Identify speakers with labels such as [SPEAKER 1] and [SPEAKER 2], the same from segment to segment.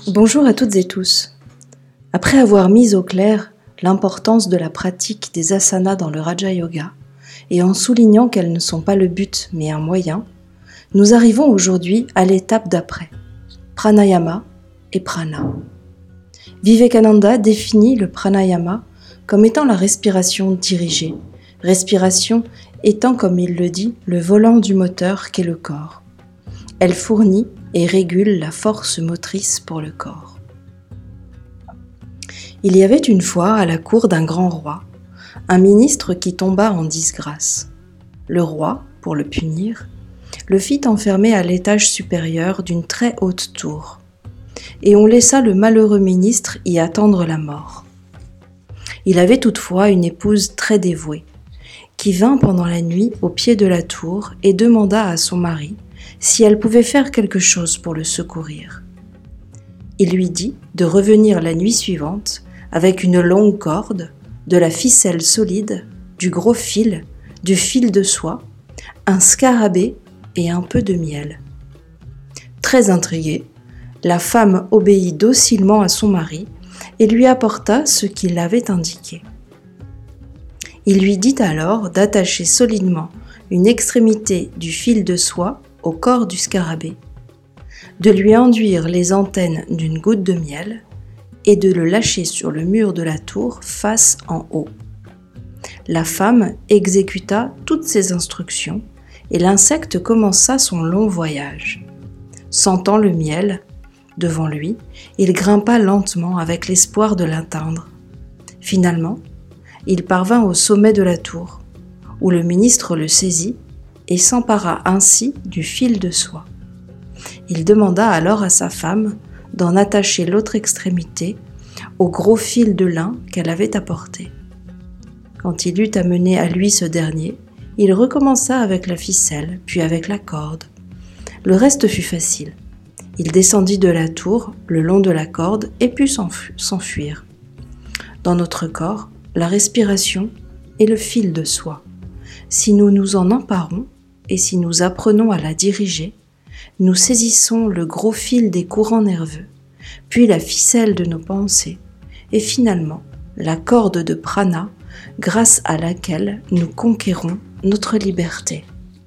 [SPEAKER 1] Bonjour à toutes et tous. Après avoir mis au clair l'importance de la pratique des asanas dans le Raja Yoga, et en soulignant qu'elles ne sont pas le but mais un moyen, nous arrivons aujourd'hui à l'étape d'après, pranayama et prana. Vivekananda définit le pranayama comme étant la respiration dirigée, respiration étant, comme il le dit, le volant du moteur qu'est le corps. Elle fournit et régule la force motrice pour le corps. Il y avait une fois, à la cour d'un grand roi, un ministre qui tomba en disgrâce. Le roi, pour le punir, le fit enfermer à l'étage supérieur d'une très haute tour, et on laissa le malheureux ministre y attendre la mort. Il avait toutefois une épouse très dévouée, qui vint pendant la nuit au pied de la tour et demanda à son mari si elle pouvait faire quelque chose pour le secourir. Il lui dit de revenir la nuit suivante avec une longue corde, de la ficelle solide, du gros fil, du fil de soie, un scarabée et un peu de miel. Très intriguée, la femme obéit docilement à son mari et lui apporta ce qu'il avait indiqué. Il lui dit alors d'attacher solidement une extrémité du fil de soie au corps du scarabée, de lui enduire les antennes d'une goutte de miel et de le lâcher sur le mur de la tour face en haut. La femme exécuta toutes ces instructions et l'insecte commença son long voyage. Sentant le miel devant lui, il grimpa lentement avec l'espoir de l'atteindre. Finalement, il parvint au sommet de la tour, où le ministre le saisit et s'empara ainsi du fil de soie. Il demanda alors à sa femme d'en attacher l'autre extrémité au gros fil de lin qu'elle avait apporté. Quand il eut amené à lui ce dernier, il recommença avec la ficelle, puis avec la corde. Le reste fut facile. Il descendit de la tour, le long de la corde, et put s'enfuir. Dans notre corps, la respiration est le fil de soie. Si nous nous en emparons, et si nous apprenons à la diriger, nous saisissons le gros fil des courants nerveux, puis la ficelle de nos pensées, et finalement la corde de prana, grâce à laquelle nous conquérons notre liberté.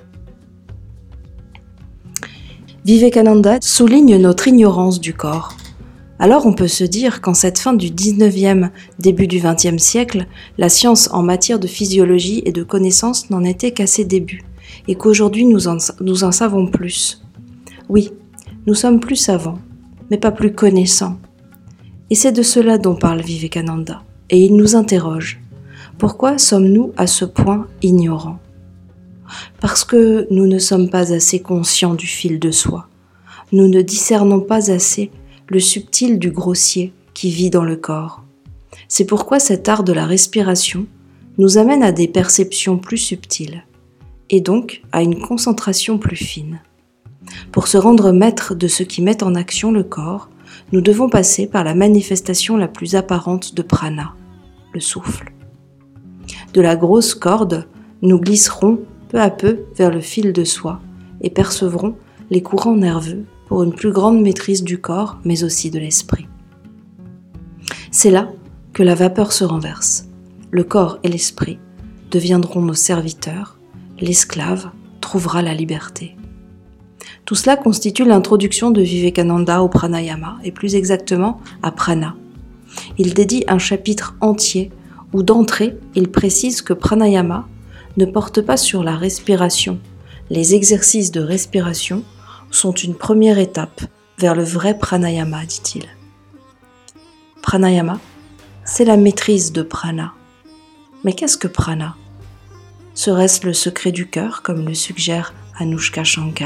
[SPEAKER 1] Vivekananda souligne notre ignorance du corps. Alors on peut se dire qu'en cette fin du 19e, début du 20e siècle, la science en matière de physiologie et de connaissances n'en était qu'à ses débuts, et qu'aujourd'hui nous en savons plus. Oui, nous sommes plus savants, mais pas plus connaissants. Et c'est de cela dont parle Vivekananda, et il nous interroge. Pourquoi sommes-nous à ce point ignorants ? Parce que nous ne sommes pas assez conscients du fil de soie. Nous ne discernons pas assez le subtil du grossier qui vit dans le corps. C'est pourquoi cet art de la respiration nous amène à des perceptions plus subtiles, et donc à une concentration plus fine. Pour se rendre maître de ce qui met en action le corps, nous devons passer par la manifestation la plus apparente de prana, le souffle. De la grosse corde, nous glisserons peu à peu vers le fil de soie et percevrons les courants nerveux pour une plus grande maîtrise du corps, mais aussi de l'esprit. C'est là que la vapeur se renverse. Le corps et l'esprit deviendront nos serviteurs, l'esclave trouvera la liberté. Tout cela constitue l'introduction de Vivekananda au pranayama, et plus exactement à prana. Il dédie un chapitre entier où d'entrée, il précise que pranayama ne porte pas sur la respiration. Les exercices de respiration sont une première étape vers le vrai pranayama, dit-il. Pranayama, c'est la maîtrise de prana. Mais qu'est-ce que prana ? Serait-ce le secret du cœur, comme le suggère Anushka Shankar ?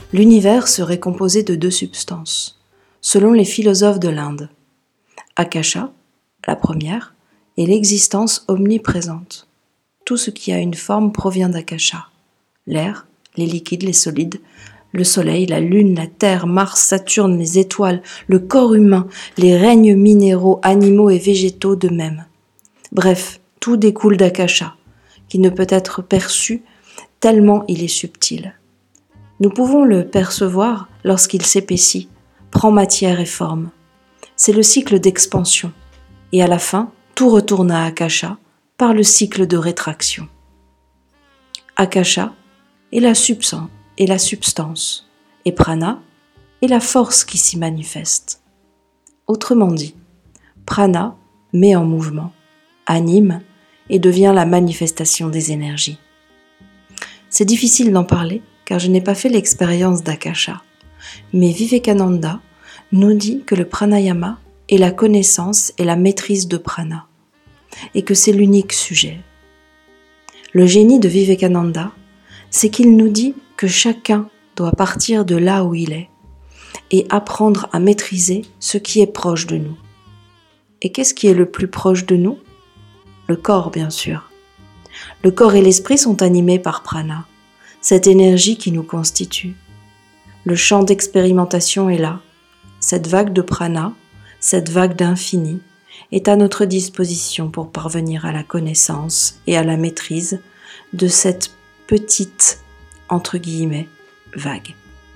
[SPEAKER 1] L'univers serait composé de 2 substances, selon les philosophes de l'Inde. Akasha, la première, est l'existence omniprésente. Tout ce qui a une forme provient d'Akasha. L'air, les liquides, les solides, le soleil, la lune, la terre, Mars, Saturne, les étoiles, le corps humain, les règnes minéraux, animaux et végétaux de même. Bref, tout découle d'Akasha, qui ne peut être perçu tellement il est subtil. Nous pouvons le percevoir lorsqu'il s'épaissit, prend matière et forme. C'est le cycle d'expansion, et à la fin, tout retourne à Akasha par le cycle de rétraction. Akasha est la substance, et prana est la force qui s'y manifeste. Autrement dit, prana met en mouvement, anime et devient la manifestation des énergies. C'est difficile d'en parler car je n'ai pas fait l'expérience d'Akasha, mais Vivekananda nous dit que le pranayama est la connaissance et la maîtrise de prana, et que c'est l'unique sujet. Le génie de Vivekananda, c'est qu'il nous dit que chacun doit partir de là où il est et apprendre à maîtriser ce qui est proche de nous. Et qu'est-ce qui est le plus proche de nous ? Le corps, bien sûr. Le corps et l'esprit sont animés par prana, cette énergie qui nous constitue. Le champ d'expérimentation est là. Cette vague de prana, cette vague d'infini, est à notre disposition pour parvenir à la connaissance et à la maîtrise de cette petite, entre guillemets, vague.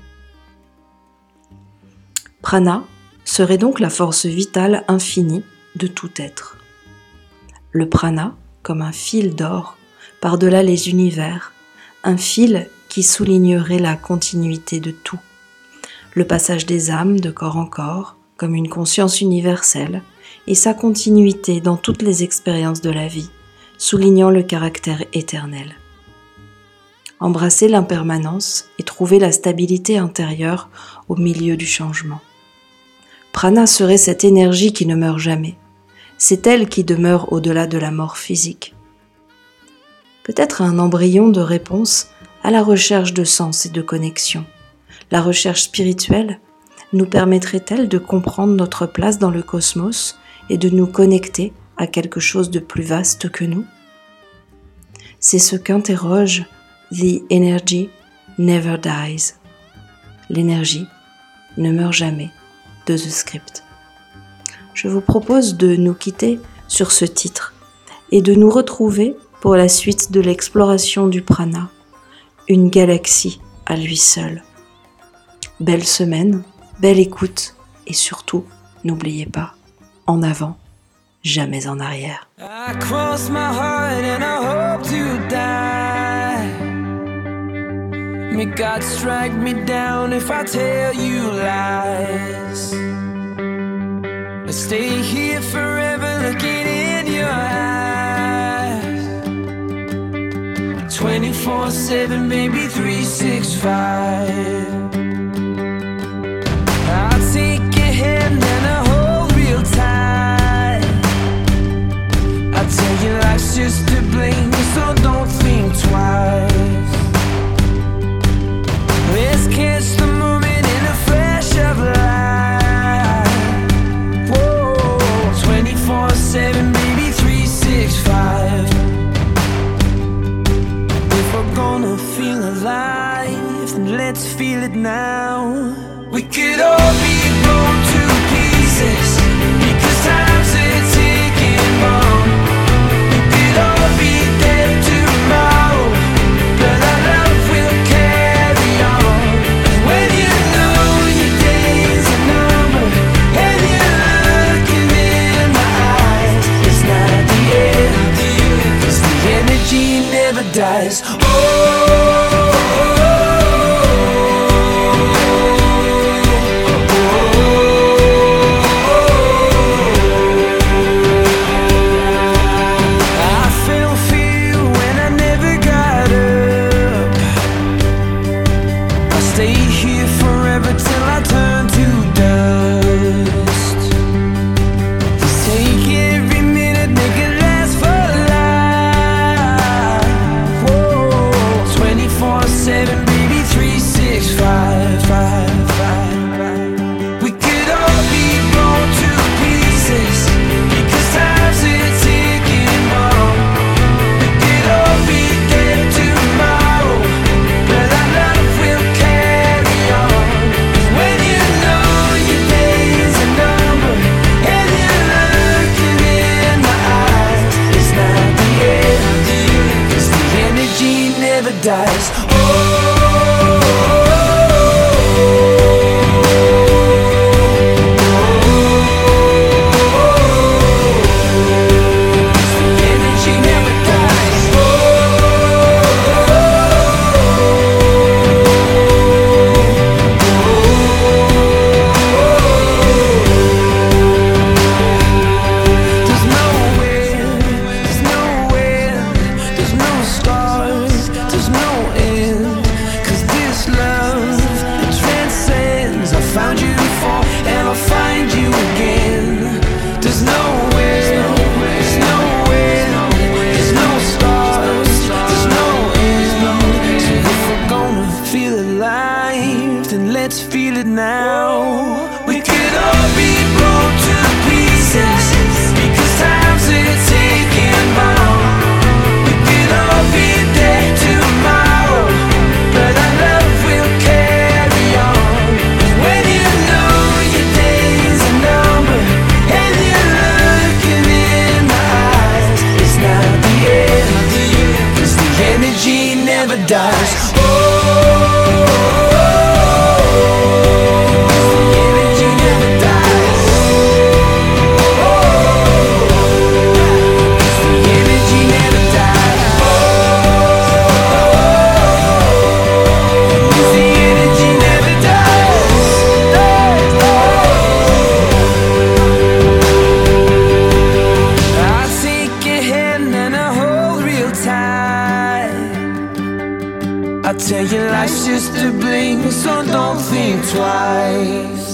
[SPEAKER 1] Prana serait donc la force vitale infinie de tout être. Le prana, comme un fil d'or, par-delà les univers, un fil qui soulignerait la continuité de tout. Le passage des âmes de corps en corps, comme une conscience universelle, et sa continuité dans toutes les expériences de la vie, soulignant le caractère éternel. Embrasser l'impermanence et trouver la stabilité intérieure au milieu du changement. Prana serait cette énergie qui ne meurt jamais. C'est elle qui demeure au-delà de la mort physique. Peut-être un embryon de réponse à la recherche de sens et de connexion. La recherche spirituelle nous permettrait-elle de comprendre notre place dans le cosmos et de nous connecter à quelque chose de plus vaste que nous ? C'est ce qu'interroge The Energy Never Dies. L'énergie ne meurt jamais de The Script. Je vous propose de nous quitter sur ce titre et de nous retrouver pour la suite de l'exploration du prana, une galaxie à lui seul. Belle semaine, belle écoute et surtout, n'oubliez pas, en avant, jamais en arrière. I cross my heart and I hope to die. May God strike me down if I tell you lies. I stay here forever looking in your eyes. 24/7, baby, 365. I'll take your hand and I hold real tight. I tell you life's just to blame, so don't think twice. Let's catch the moment in a flash of light. Whoa, 24/7, baby, 365. If we're gonna feel alive, then let's feel it now. We could all be blown to pieces, because time's a ticking bomb. We could all be dead tomorrow, but our love will carry on. When you know your days are numbered, and you're looking in my eyes, it's not the end, 'cause the energy never dies.
[SPEAKER 2] dies. Let's feel it now. We could all be blown to pieces because times are taking more. We could all be dead tomorrow, but our love will carry on. When you know your days are numbered and you're looking in my eyes, it's not the end, 'cause the energy never dies. I tell you life's just a blink, so don't think twice.